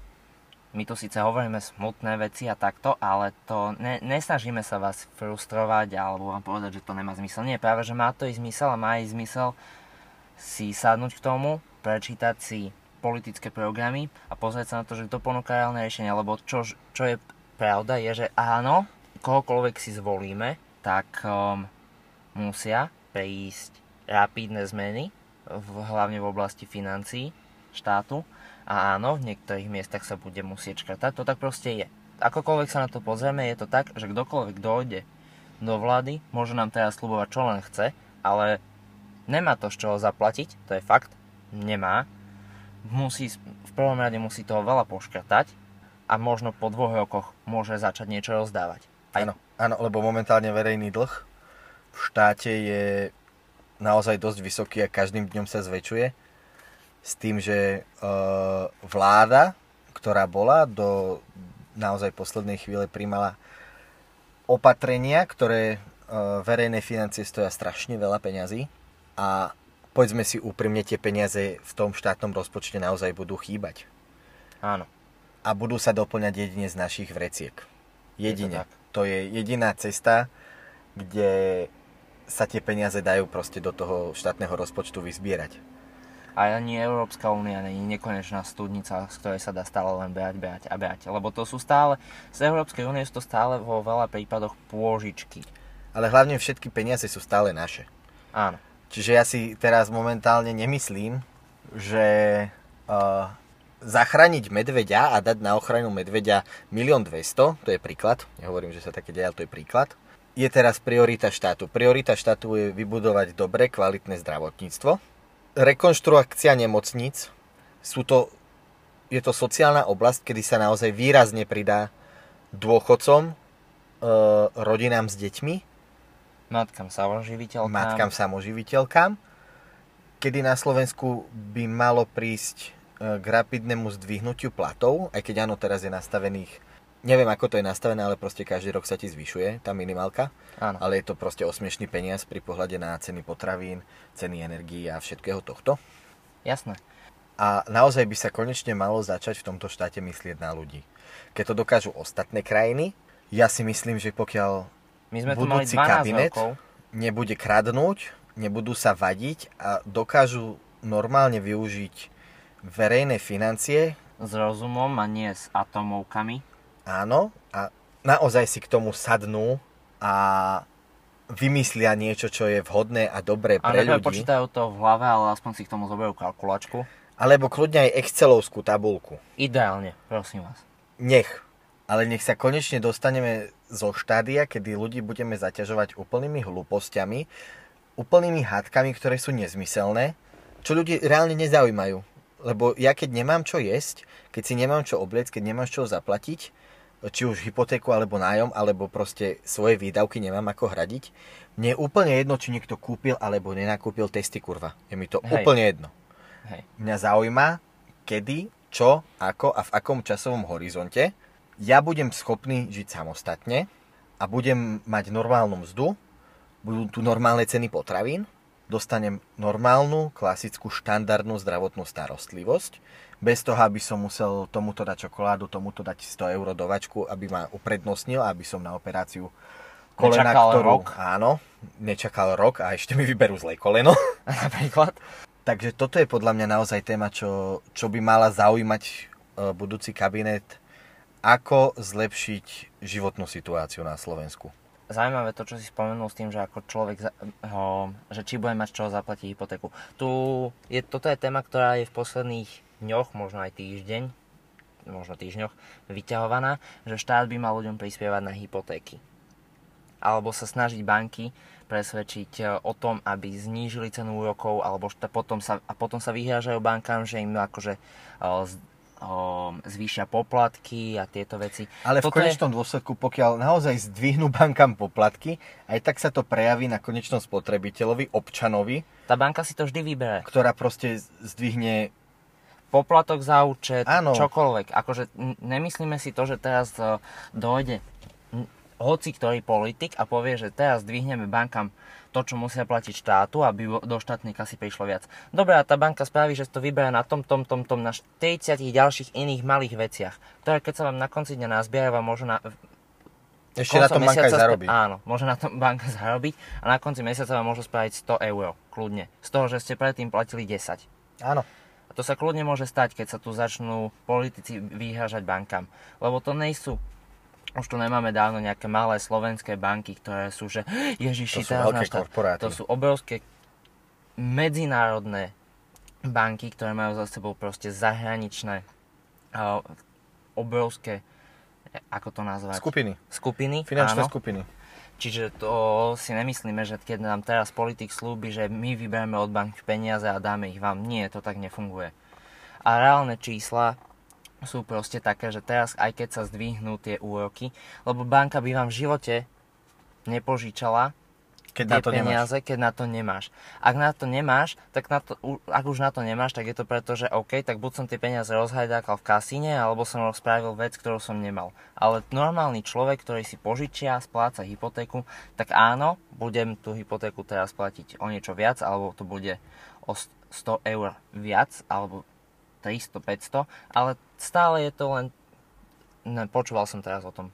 my tu síce hovoríme smutné veci a takto, ale to ne, nesnažíme sa vás frustrovať alebo vám povedať, že to nemá zmysel. Nie, práve, že má to i zmysel a má i zmysel si sadnúť k tomu, prečítať si politické programy a pozrieť sa na to, že to ponúka reálne riešenie, lebo čo, čo je pravda je, že áno, kohokoľvek si zvolíme, tak um, musia prísť rapidné zmeny, v, hlavne v oblasti financií štátu. A áno, v niektorých miestach sa bude musieť škrtať, to tak proste je. Akokoľvek sa na to pozrieme, je to tak, že kdokoľvek dojde do vlády, môže nám teraz sľubovať čo len chce, ale nemá to z čoho zaplatiť, to je fakt, nemá. Musí, v prvom rade musí toho veľa poškrtať a možno po dvoch rokoch môže začať niečo rozdávať. Aj... Áno, áno, lebo momentálne verejný dlh v štáte je naozaj dosť vysoký a každým dňom sa zväčšuje. S tým, že uh, vláda, ktorá bola do naozaj poslednej chvíle príjmala opatrenia, ktoré uh, verejné financie stoja strašne veľa peňazí a povedzme si úprimne, tie peniaze v tom štátnom rozpočte naozaj budú chýbať. Áno. A budú sa doplňať jedine z našich vreciek. Jedine. Je to, to je jediná cesta, kde sa tie peniaze dajú proste do toho štátneho rozpočtu vyzbierať. A ani Európska únia není nekonečná studnica, z ktorej sa dá stále len berať, berať a berať. Lebo to sú stále, z Európskej únie sú to stále vo veľa prípadoch pôžičky. Ale hlavne všetky peniaze sú stále naše. Áno. Čiže ja si teraz momentálne nemyslím, že uh, zachrániť medveďa a dať na ochranu medveďa milión dvesto, to je príklad, nehovorím, že sa také deje, ale to je príklad, je teraz priorita štátu. Priorita štátu je vybudovať dobré, kvalitné zdravotníctvo. Rekonštrukcia nemocníc, sú to, je to sociálna oblasť, kedy sa naozaj výrazne pridá dôchodcom, e, rodinám s deťmi, matkám samoživiteľkám, matkám samoživiteľkám, kedy na Slovensku by malo prísť e, k rapidnému zdvihnutiu platov, aj keď áno, teraz je nastavených, neviem ako to je nastavené, ale proste každý rok sa ti zvyšuje tá minimálka. Áno. Ale je to proste osmiešný peniaz pri pohľade na ceny potravín, ceny energií a všetkého tohto. Jasné. A naozaj by sa konečne malo začať v tomto štáte myslieť na ľudí. Keď to dokážu ostatné krajiny, ja si myslím, že pokiaľ My sme budúci tu mali kabinet rokov. nebude kradnúť, nebudú sa vadiť a dokážu normálne využiť verejné financie S rozumom a nie s atomovkami. Áno, a naozaj si k tomu sadnú a vymyslia niečo, čo je vhodné a dobré pre ľudí. A ľudí. počítajú to v hlave, ale aspoň si k tomu zoberú kalkulačku. Alebo kľudne aj excelovskú tabuľku. Ideálne, prosím vás. Nech. Ale nech sa konečne dostaneme zo štádia, kedy ľudí budeme zaťažovať úplnými hlúpostiami, úplnými hádkami, ktoré sú nezmyselné, čo ľudí reálne nezaujímajú. Lebo ja keď nemám čo jesť, keď si nemám čo obliecť, keď nemám čo zaplatiť, či už hypotéku, alebo nájom, alebo proste svoje výdavky nemám ako hradiť, mne je úplne jedno, či niekto kúpil, alebo nenakúpil testy, kurva. Je mi to Hej. úplne jedno. Hej. Mňa zaujíma, kedy, čo, ako a v akom časovom horizonte ja budem schopný žiť samostatne a budem mať normálnu mzdu, budú tu normálne ceny potravín, dostanem normálnu, klasickú, štandardnú zdravotnú starostlivosť, bez toho, aby som musel tomuto dať čokoládu, tomuto dať sto eur do vačku, aby ma uprednostnil, aby som na operáciu kolena, nečakal ktorú... rok. Áno, nečakal rok a ešte mi vyberú zlé koleno. Napríklad. Takže toto je podľa mňa naozaj téma, čo, čo by mala zaujímať e, budúci kabinet, ako zlepšiť životnú situáciu na Slovensku. Zaujímavé to, čo si spomenul s tým, že ako človek, za, ho, že či bude mať z čoho zaplatiť hypotéku. Tu je, toto je téma, ktorá je v posledných dňoch, možno aj týždeň, možno týždňoch, vyťahovaná, že štát by mal ľuďom prispievať na hypotéky. Alebo sa snažiť banky presvedčiť o tom, aby znížili cenu úrokov, alebo šta, potom sa, a potom sa vyhrážajú bankám, že im akože o, o, zvýšia poplatky a tieto veci. Ale v Toto konečnom je... dôsledku, pokiaľ naozaj zdvihnú bankám poplatky, aj tak sa to prejaví na konečnom spotrebiteľovi, občanovi. Tá banka si to vždy vybere. Ktorá proste zdvihne poplatok za účet, áno. čokoľvek. Akože nemyslíme si to, že teraz uh, dojde hoci ktorý politik a povie, že teraz zdvihneme bankám to, čo musia platiť štátu, aby do štátnej kasy prišlo viac. Dobre, a tá banka spraví, že to vyberá na tom, tom, tom, tom, na štyridsiatich ďalších iných malých veciach, ktoré keď sa vám na konci dňa nazbierajú, vám môžu na... Ešte na tom banka aj zarobí. Áno, môže na tom banka zarobiť a na konci mesiaca vám môžu spraviť sto eur, kľudne. Z toho, že ste predtým platili desať. Áno. A to sa kľudne môže stať, keď sa tu začnú politici vyhrážať bankám. Lebo to nejsú... Už tu nemáme dávno nejaké malé slovenské banky, ktoré sú, že ježiši, to sú teraz veľké náš korporáty. To sú obrovské medzinárodné banky, ktoré majú za sebou proste zahraničné uh, obrovské, ako to nazvať? Skupiny. Skupiny, Finančné áno. skupiny. Čiže to si nemyslíme, že keď nám teraz politik slúbi, že my vyberieme od banky peniaze a dáme ich vám. Nie, to tak nefunguje. A reálne čísla sú proste také, že teraz aj keď sa zdvihnú tie úroky, lebo banka by vám v živote nepožičala keď tie na to peniaze, nemáš. keď na to nemáš. Ak na to nemáš, tak na to, ak už na to nemáš, tak je to preto, že OK, tak buď som tie peniaze rozhajdákal v kasíne, alebo som spravil vec, ktorú som nemal. Ale normálny človek, ktorý si požičia, spláca hypotéku, tak áno, budem tú hypotéku teraz platiť o niečo viac, alebo to bude o sto eur viac, alebo tristo päťsto, ale stále je to len, ne, počúval som teraz o tom,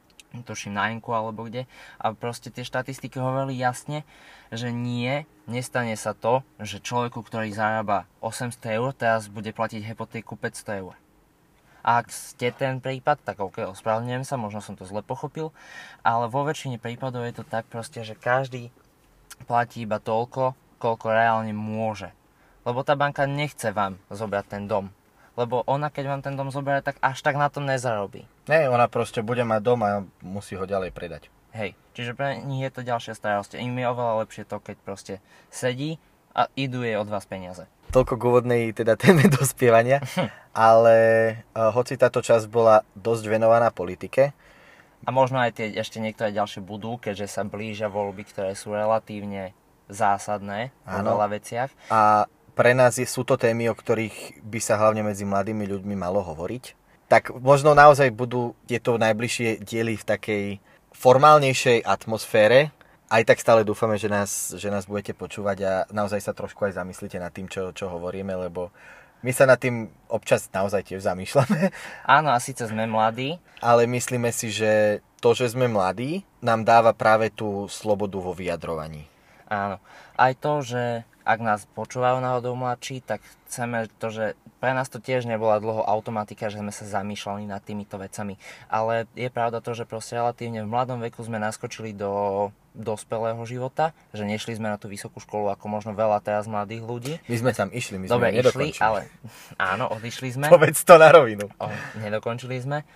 tuším na Enku alebo kde, a proste tie štatistiky hovorili jasne, že nie, nestane sa to, že človeku, ktorý zarába osemsto eur, teraz bude platiť hypotéku päťsto eur. A ak ste ten prípad, tak ok, ospravedlňujem sa, možno som to zle pochopil, ale vo väčšine prípadov je to tak proste, že každý platí iba toľko, koľko reálne môže. Lebo tá banka nechce vám zobrať ten dom. Lebo ona, keď vám ten dom zoberie, tak až tak na tom nezarobí. Nie, ona proste bude mať dom a musí ho ďalej predať. Hej, čiže pre nich je to ďalšia starosť. Im je oveľa lepšie to, keď proste sedí a idú jej od vás peniaze. Toľko k úvodnej teda téme dospievania, ale uh, hoci táto časť bola dosť venovaná politike. A možno aj tie ešte niektoré ďalšie budú, keďže sa blížia voľby, ktoré sú relatívne zásadné vo veľa veciach. A pre nás je, sú to témy, o ktorých by sa hlavne medzi mladými ľuďmi malo hovoriť. Tak možno naozaj budú tieto najbližšie diely v takej formálnejšej atmosfére. Aj tak stále dúfame, že nás, že nás budete počúvať a naozaj sa trošku aj zamyslíte nad tým, čo, čo hovoríme, lebo my sa nad tým občas naozaj tiež zamýšľame. Áno, a síce sme mladí. Ale myslíme si, že to, že sme mladí, nám dáva práve tú slobodu vo vyjadrovaní. Áno. Aj to, že ak nás počúvajú náhodou mladší, tak chceme to, že pre nás to tiež nebola dlho automatika, že sme sa zamýšľali nad týmito vecami. Ale je pravda to, že proste relatívne v mladom veku sme naskočili do dospelého života, že nešli sme na tú vysokú školu ako možno veľa teraz mladých ľudí. My sme tam išli, my Dobre, sme nedokončili. išli, ale áno, odišli sme. Povedz to na rovinu. O, nedokončili sme.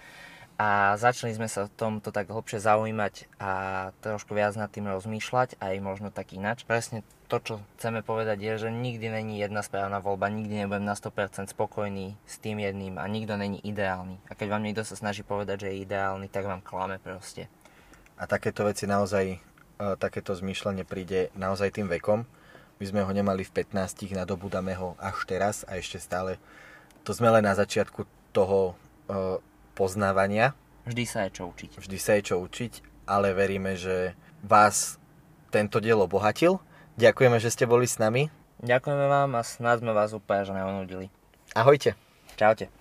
A začali sme sa o tomto tak hlbšie zaujímať a trošku viac nad tým rozmýšľať, aj možno tak inač. Presne to, čo chceme povedať, je, že nikdy není jedna správna voľba, nikdy nebudem na sto percent spokojný s tým jedným a nikto není ideálny. A keď vám niekto sa snaží povedať, že je ideálny, tak vám klame proste. A takéto veci naozaj, takéto zmýšľanie príde naozaj tým vekom, my sme ho nemali v pätnástich, nadobudáme ho až teraz a ešte stále. To sme len na začiatku toho uh, poznávania. Vždy sa je čo učiť. Vždy sa je čo učiť, ale veríme, že vás tento diel obohatil. Ďakujeme, že ste boli s nami. Ďakujeme vám a snad sme vás úplne že neonudili. Ahojte. Čaute.